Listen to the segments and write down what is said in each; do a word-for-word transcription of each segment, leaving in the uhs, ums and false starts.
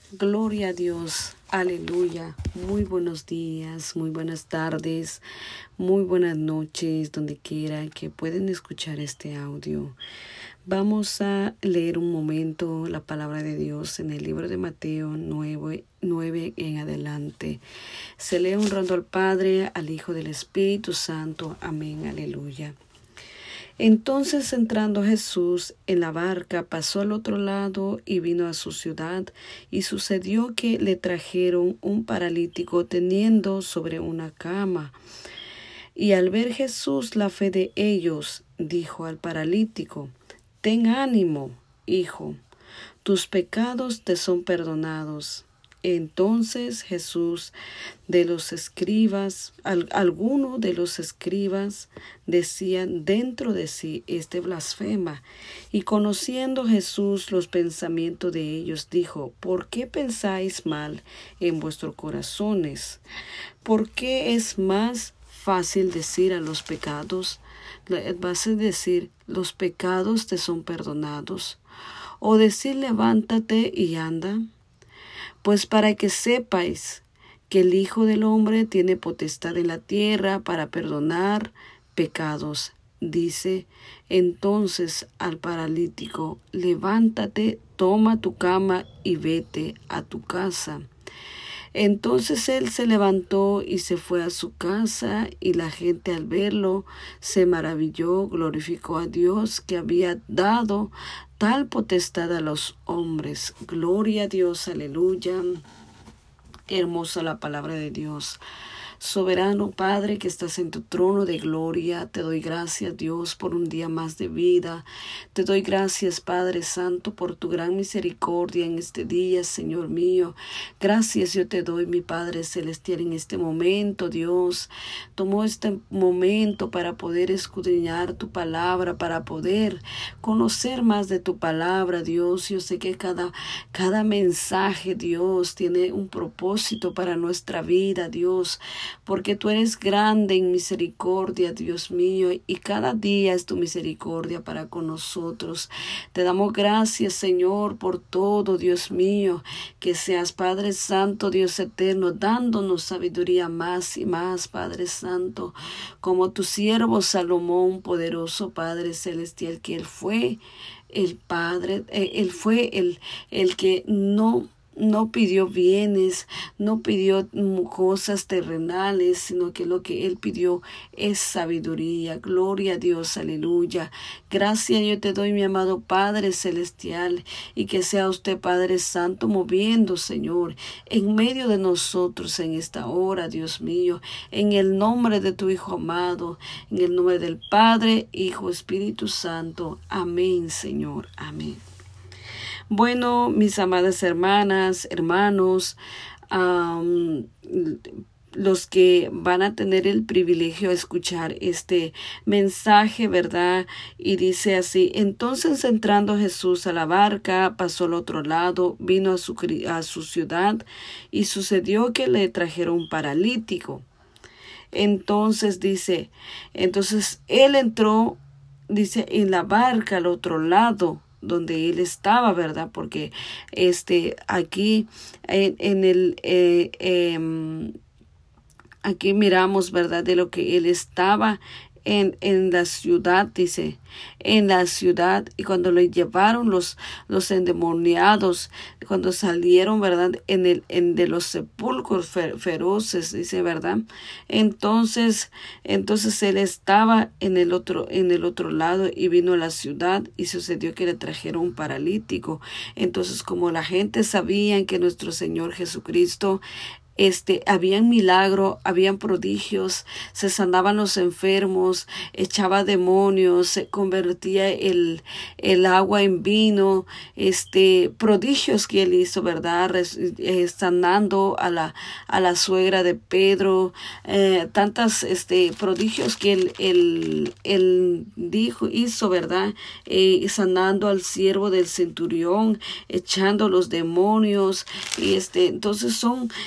Gloria a Dios, aleluya. Muy buenos días, muy buenas tardes, muy buenas noches, donde quiera que pueden escuchar este audio. Vamos a leer un momento la palabra de Dios en el libro de Mateo nueve, nueve en adelante. Se lee honrando al Padre, al Hijo del Espíritu Santo. Amén, aleluya. Entonces, entrando Jesús en la barca, pasó al otro lado y vino a su ciudad, y sucedió que le trajeron un paralítico teniendo sobre una cama. Y al ver Jesús la fe de ellos, dijo al paralítico: Ten ánimo, hijo, tus pecados te son perdonados. Entonces Jesús de los escribas, al, alguno de los escribas decían dentro de sí: este blasfema. Y conociendo Jesús los pensamientos de ellos, dijo: ¿Por qué pensáis mal en vuestros corazones? ¿Por qué es más fácil decir a los pecados, vas a decir, los pecados te son perdonados? O decir, levántate y anda. Pues para que sepáis que el Hijo del Hombre tiene potestad en la tierra para perdonar pecados, dice entonces al paralítico: levántate, toma tu cama y vete a tu casa. Entonces él se levantó y se fue a su casa, y la gente al verlo se maravilló, glorificó a Dios que había dado tal potestad a los hombres. Gloria a Dios, aleluya. Hermosa la palabra de Dios. Soberano Padre que estás en tu trono de gloria, te doy gracias, Dios, por un día más de vida. Te doy gracias, Padre Santo, por tu gran misericordia en este día, Señor mío. Gracias yo te doy, mi Padre Celestial, en este momento, Dios. Tomó este momento para poder escudriñar tu palabra, para poder conocer más de tu palabra, Dios. Yo sé que cada, cada mensaje, Dios, tiene un propósito para nuestra vida, Dios, porque tú eres grande en misericordia, Dios mío, y cada día es tu misericordia para con nosotros. Te damos gracias, Señor, por todo, Dios mío, que seas, Padre Santo, Dios eterno, dándonos sabiduría más y más, Padre Santo, como tu siervo Salomón, poderoso Padre Celestial, que él fue el Padre, eh, él fue el, el que no No pidió bienes, no pidió cosas terrenales, sino que lo que él pidió es sabiduría. Gloria a Dios, aleluya. Gracias yo te doy, mi amado Padre Celestial, y que sea usted, Padre Santo, moviendo, Señor, en medio de nosotros en esta hora, Dios mío, en el nombre de tu Hijo amado, en el nombre del Padre, Hijo, Espíritu Santo. Amén, Señor. Amén. Bueno, mis amadas hermanas, hermanos, um, los que van a tener el privilegio de escuchar este mensaje, ¿verdad? Y dice así: entonces, entrando Jesús a la barca, pasó al otro lado, vino a su, a su ciudad, y sucedió que le trajeron un paralítico. Entonces dice, entonces él entró, dice, en la barca al otro lado, donde él estaba, ¿verdad? Porque este aquí en, en el eh, eh, aquí miramos, ¿verdad? De lo que él estaba en, en la ciudad, dice, en la ciudad, y cuando le llevaron los, los endemoniados, cuando salieron, ¿verdad? En el, en de los sepulcros fer, feroces, dice, ¿verdad? Entonces, entonces él estaba en el otro, en el otro lado, y vino a la ciudad, y sucedió que le trajeron un paralítico. Entonces, como la gente sabía que nuestro Señor Jesucristo, Este, habían milagros, habían prodigios, se sanaban los enfermos, echaba demonios, se convertía el, el agua en vino, este, prodigios que él hizo, ¿verdad? Eh, sanando a la, a la suegra de Pedro, eh, tantas, este, prodigios que él, él, él dijo, hizo, ¿verdad? Eh, sanando al siervo del centurión, echando los demonios, y este, entonces son grandes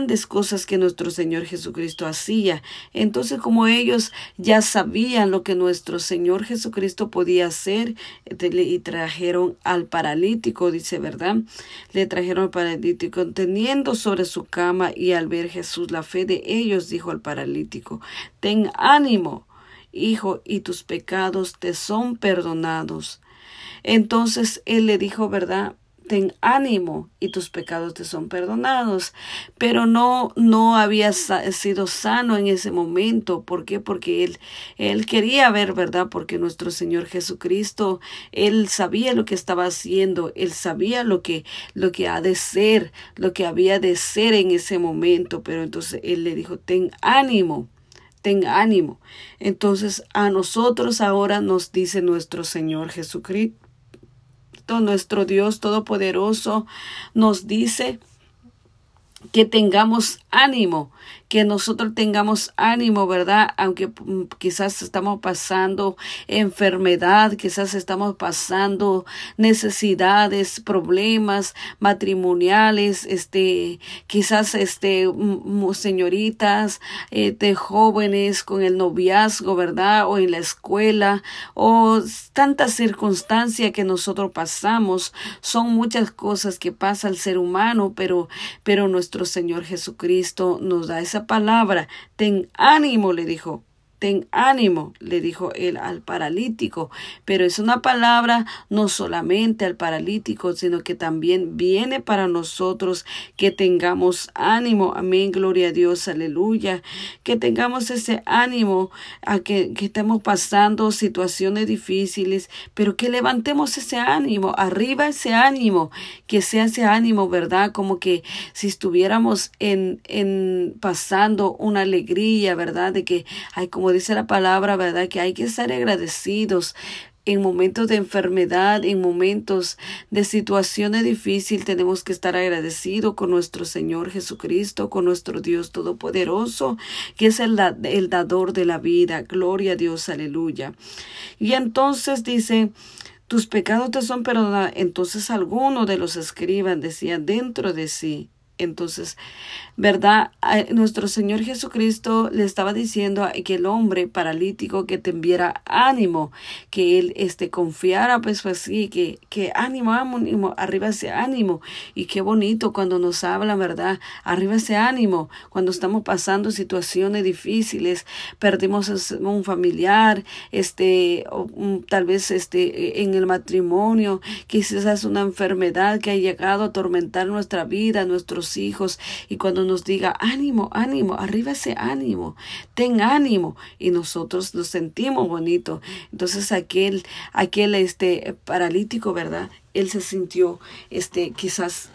grandes cosas que nuestro Señor Jesucristo hacía. Entonces, como ellos ya sabían lo que nuestro Señor Jesucristo podía hacer, y trajeron al paralítico, dice, ¿verdad? Le trajeron al paralítico teniendo sobre su cama, y al ver Jesús la fe de ellos, dijo al paralítico: ten ánimo, hijo, y tus pecados te son perdonados. Entonces él le dijo, ¿verdad? Ten ánimo y tus pecados te son perdonados. Pero no, no había sa- sido sano en ese momento. ¿Por qué? Porque él, él quería ver, ¿verdad? Porque nuestro Señor Jesucristo, él sabía lo que estaba haciendo. Él sabía lo que, lo que ha de ser, lo que había de ser en ese momento. Pero entonces él le dijo, ten ánimo. Ten ánimo. Entonces a nosotros ahora nos dice nuestro Señor Jesucristo, nuestro Dios Todopoderoso, nos dice que tengamos ánimo, que nosotros tengamos ánimo, ¿verdad? Aunque mm, quizás estamos pasando enfermedad, quizás estamos pasando necesidades, problemas matrimoniales, este, quizás este, mm, señoritas, eh, de jóvenes con el noviazgo, ¿verdad? O en la escuela, o tantas circunstancias que nosotros pasamos. Son muchas cosas que pasa al ser humano, pero, pero nuestro Señor Jesucristo nos da esa palabra. Ten ánimo, le dijo. Ten ánimo, le dijo él al paralítico. Pero es una palabra no solamente al paralítico, sino que también viene para nosotros, que tengamos ánimo. Amén, gloria a Dios, aleluya. Que tengamos ese ánimo a que, que estemos pasando situaciones difíciles, pero que levantemos ese ánimo, arriba ese ánimo, que sea ese ánimo, ¿verdad? Como que si estuviéramos en, en pasando una alegría, ¿verdad? De que hay, como dice la palabra, ¿verdad? Que hay que estar agradecidos en momentos de enfermedad, en momentos de situaciones difíciles. Tenemos que estar agradecidos con nuestro Señor Jesucristo, con nuestro Dios Todopoderoso, que es el, el dador de la vida. Gloria a Dios, aleluya. Y entonces dice, tus pecados te son perdonados. Entonces algunos de los escribas decían dentro de sí. Entonces, ¿verdad? Nuestro Señor Jesucristo le estaba diciendo que el hombre paralítico que tuviera ánimo, que él este, confiara, pues así, que, que ánimo, ánimo, arriba ese ánimo. Y qué bonito cuando nos habla, ¿verdad? Arriba ese ánimo, cuando estamos pasando situaciones difíciles, perdimos un familiar, este, o, um, tal vez este, en el matrimonio, quizás una enfermedad que ha llegado a atormentar nuestra vida, nuestros hijos, y cuando nos diga ánimo, ánimo, arriba ese ánimo, ten ánimo, y nosotros nos sentimos bonito. Entonces aquel, aquel este paralítico, ¿verdad? Él se sintió este quizás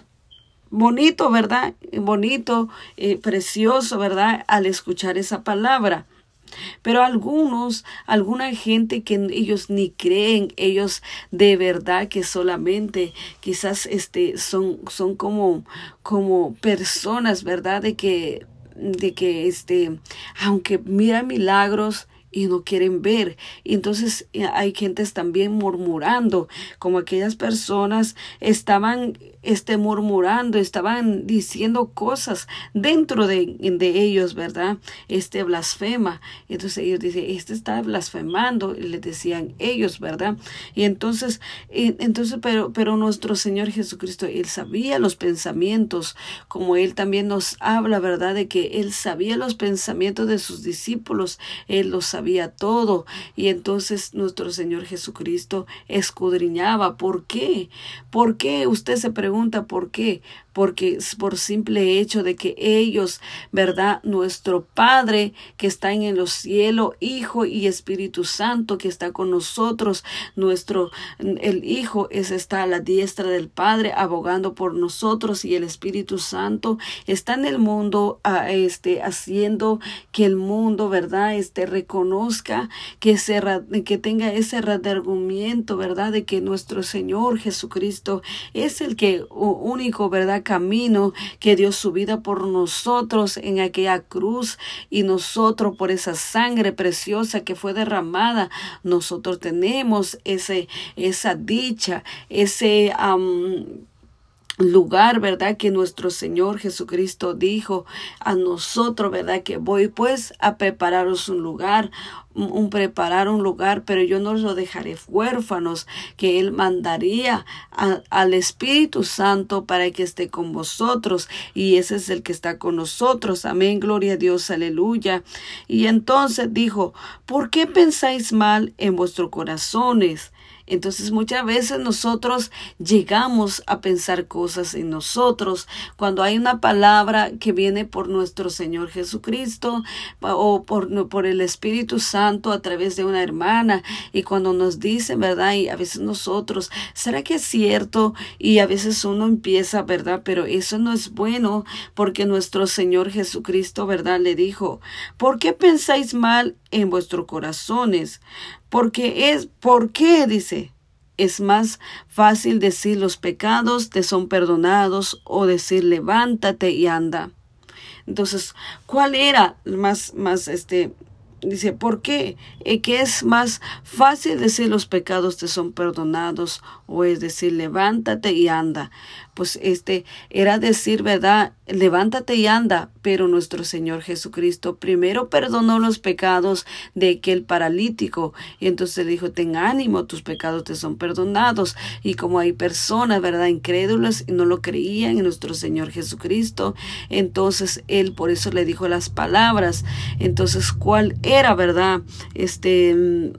bonito, ¿verdad? Bonito, eh, precioso, ¿verdad? Al escuchar esa palabra. Pero algunos, alguna gente que ellos ni creen, ellos de verdad que solamente quizás este son, son como, como personas, ¿verdad? De que, de que este, aunque miran milagros y no quieren ver. Y entonces hay gentes también murmurando, como aquellas personas estaban este, murmurando, estaban diciendo cosas dentro de, de ellos, ¿verdad? Este blasfema. Entonces ellos dicen, este está blasfemando, y les decían ellos, ¿verdad? Y entonces, y, entonces pero, pero nuestro Señor Jesucristo, Él sabía los pensamientos, como Él también nos habla, ¿verdad? De que Él sabía los pensamientos de sus discípulos, Él los sabía todo. Y entonces nuestro Señor Jesucristo escudriñaba. ¿Por qué? ¿Por qué? Usted se pregunta, ¿por qué? Porque por simple hecho de que ellos, ¿verdad? Nuestro Padre que está en los cielos, Hijo y Espíritu Santo que está con nosotros, nuestro, el Hijo es, está a la diestra del Padre abogando por nosotros, y el Espíritu Santo está en el mundo, a, este, haciendo que el mundo, ¿verdad? Este, reconozca, que, se, que tenga ese redargumento, ¿verdad? De que nuestro Señor Jesucristo es el que único, ¿verdad? Camino, que dio su vida por nosotros en aquella cruz, y nosotros por esa sangre preciosa que fue derramada, nosotros tenemos ese, esa dicha, ese um, lugar, ¿verdad? Que nuestro Señor Jesucristo dijo a nosotros, ¿verdad? Que voy pues a prepararos un lugar, un, un preparar un lugar, pero yo no los dejaré huérfanos, que Él mandaría a, al Espíritu Santo para que esté con vosotros, y ese es el que está con nosotros. Amén, gloria a Dios, aleluya. Y entonces dijo, ¿por qué pensáis mal en vuestros corazones? Entonces muchas veces nosotros llegamos a pensar cosas en nosotros cuando hay una palabra que viene por nuestro Señor Jesucristo o por, por el Espíritu Santo a través de una hermana, y cuando nos dicen, ¿verdad? Y a veces nosotros, ¿será que es cierto? Y a veces uno empieza, ¿verdad? Pero eso no es bueno, porque nuestro Señor Jesucristo, ¿verdad? Le dijo, ¿por qué pensáis mal en vuestros corazones? Porque es, ¿por qué? Dice, es más fácil decir los pecados te son perdonados o decir levántate y anda. Entonces, ¿cuál era más, más este? Dice, ¿por qué? Eh, que es más fácil decir los pecados te son perdonados o es decir levántate y anda. Pues este era decir, ¿verdad? Levántate y anda, pero nuestro Señor Jesucristo primero perdonó los pecados de aquel paralítico, y entonces le dijo, ten ánimo, tus pecados te son perdonados. Y como hay personas, ¿verdad? Incrédulas y no lo creían en nuestro Señor Jesucristo, entonces Él por eso le dijo las palabras. Entonces, ¿cuál era, verdad? Este...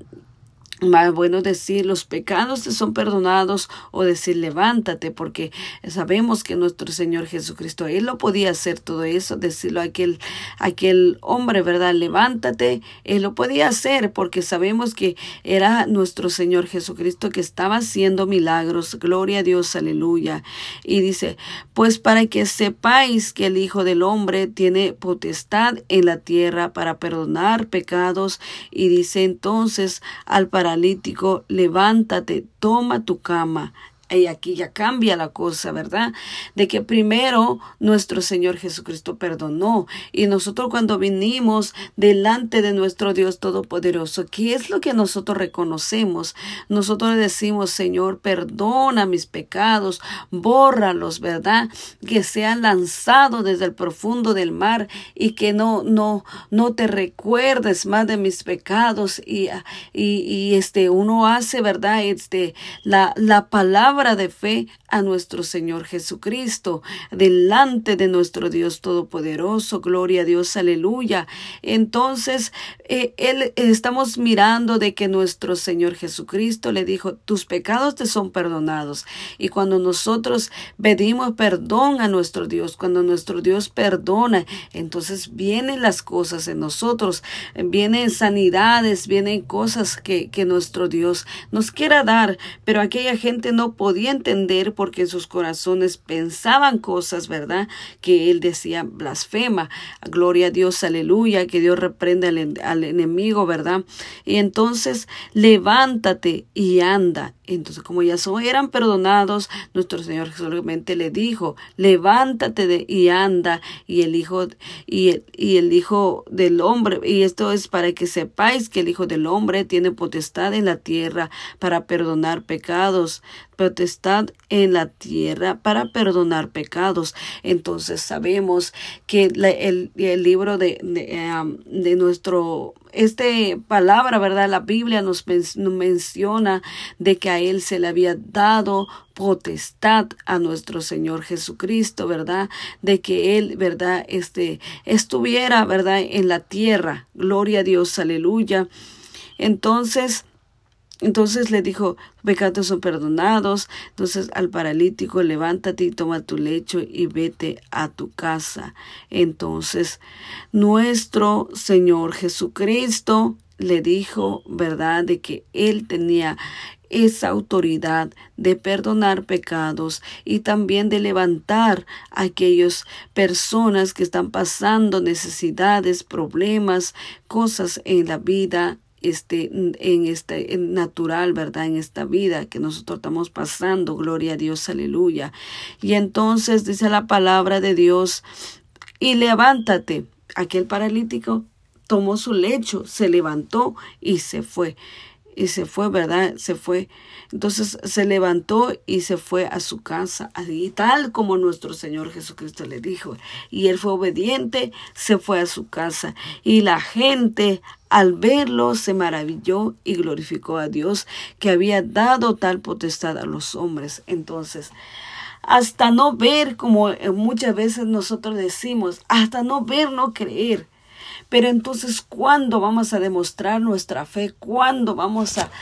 Más bueno decir los pecados te son perdonados o decir levántate, porque sabemos que nuestro Señor Jesucristo, Él lo podía hacer todo eso, decirlo a aquel, aquel hombre, ¿verdad? Levántate, Él lo podía hacer porque sabemos que era nuestro Señor Jesucristo que estaba haciendo milagros. Gloria a Dios, aleluya. Y dice, pues para que sepáis que el Hijo del Hombre tiene potestad en la tierra para perdonar pecados. Y dice entonces al paralítico, paralítico, levántate, toma tu cama. Y aquí ya cambia la cosa, ¿verdad? De que primero nuestro Señor Jesucristo perdonó, y nosotros cuando vinimos delante de nuestro Dios Todopoderoso, ¿qué es lo que nosotros reconocemos? Nosotros le decimos, Señor, perdona mis pecados, bórralos, ¿verdad? Que sean lanzados desde el profundo del mar y que no, no, no te recuerdes más de mis pecados. Y, y, y este, uno hace, ¿verdad? Este, la, la palabra de fe a nuestro Señor Jesucristo delante de nuestro Dios Todopoderoso. Gloria a Dios, aleluya. Entonces eh, él, estamos mirando de que nuestro Señor Jesucristo le dijo, tus pecados te son perdonados. Y cuando nosotros pedimos perdón a nuestro Dios, cuando nuestro Dios perdona, entonces vienen las cosas en nosotros, vienen sanidades, vienen cosas que, que nuestro Dios nos quiera dar. Pero aquella gente no podía entender porque en sus corazones pensaban cosas, ¿verdad? Que él decía blasfema. Gloria a Dios, aleluya, que Dios reprenda al, al enemigo, ¿verdad? Y entonces levántate y anda. Entonces, como ya son, eran perdonados, nuestro Señor solamente le dijo, levántate de, y anda, y el hijo y el, y el hijo del hombre, y esto es para que sepáis que el Hijo del Hombre tiene potestad en la tierra para perdonar pecados, potestad en la tierra para perdonar pecados. Entonces sabemos que la, el, el libro de, de, um, de nuestro Este palabra, ¿verdad? La Biblia nos, men nos menciona de que a Él se le había dado potestad a nuestro Señor Jesucristo, ¿verdad? De que Él, ¿verdad? Este, estuviera, ¿verdad? En la tierra. Gloria a Dios, aleluya. Entonces, Entonces le dijo, pecados son perdonados. Entonces al paralítico, levántate y toma tu lecho y vete a tu casa. Entonces nuestro Señor Jesucristo le dijo, ¿verdad?, de que Él tenía esa autoridad de perdonar pecados y también de levantar a aquellas personas que están pasando necesidades, problemas, cosas en la vida, Este, en este en natural, ¿verdad? En esta vida que nosotros estamos pasando, gloria a Dios, aleluya. Y entonces dice la palabra de Dios, y levántate. Aquel paralítico tomó su lecho, se levantó y se fue. y se fue, ¿verdad? Se fue. Entonces se levantó y se fue a su casa, así tal como nuestro Señor Jesucristo le dijo. Y él fue obediente, se fue a su casa. Y la gente al verlo se maravilló y glorificó a Dios que había dado tal potestad a los hombres. Entonces, hasta no ver, como muchas veces nosotros decimos, hasta no ver, no creer. Pero entonces, ¿cuándo vamos a demostrar nuestra fe? ¿Cuándo vamos a,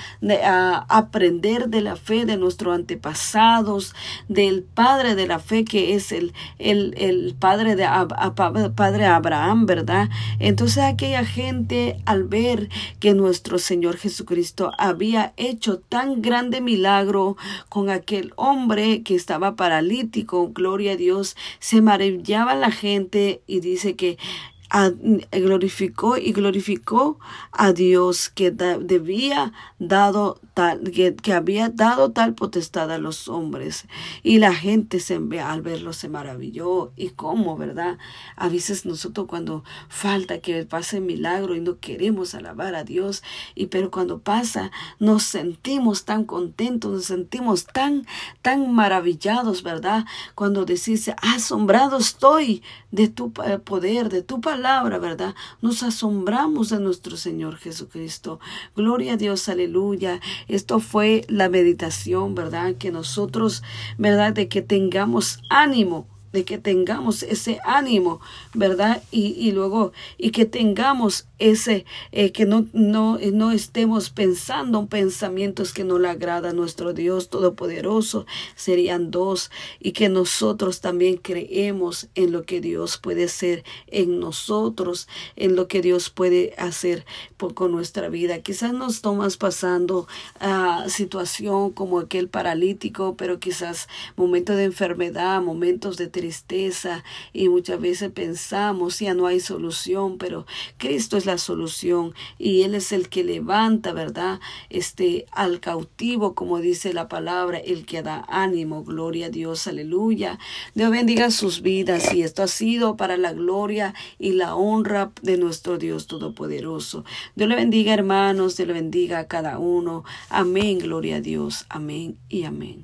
a aprender de la fe de nuestros antepasados, del padre de la fe que es el, el, el padre de a, a, padre Abraham, ¿verdad? Entonces aquella gente, al ver que nuestro Señor Jesucristo había hecho tan grande milagro con aquel hombre que estaba paralítico, gloria a Dios, se maravillaba la gente y dice que A, glorificó y glorificó a Dios que da, debía dado tal, que, que había dado tal potestad a los hombres. Y la gente se, al verlo se maravilló. Y cómo, ¿verdad? A veces nosotros cuando falta que pase milagro y no queremos alabar a Dios, y pero cuando pasa nos sentimos tan contentos, nos sentimos tan, tan maravillados, ¿verdad? Cuando decís, asombrado estoy de tu poder, de tu palabra, ¿verdad? Nos asombramos de nuestro Señor Jesucristo. Gloria a Dios, aleluya. Esto fue la meditación, ¿verdad? Que nosotros, ¿verdad? De que tengamos ánimo, de que tengamos ese ánimo, ¿verdad? Y, y luego, y que tengamos ese, eh, que no, no, no estemos pensando pensamientos que no le agrada a nuestro Dios Todopoderoso, serían dos, y que nosotros también creemos en lo que Dios puede hacer en nosotros, en lo que Dios puede hacer por, con nuestra vida. Quizás no estamos pasando uh, situación como aquel paralítico, pero quizás momentos de enfermedad, momentos de tristeza, y muchas veces pensamos ya no hay solución, pero Cristo es la solución y Él es el que levanta, ¿verdad? Este, al cautivo, como dice la palabra, el que da ánimo. Gloria a Dios, aleluya. Dios bendiga sus vidas, y esto ha sido para la gloria y la honra de nuestro Dios Todopoderoso. Dios le bendiga, hermanos, Dios le bendiga a cada uno. Amén, gloria a Dios, amén y amén.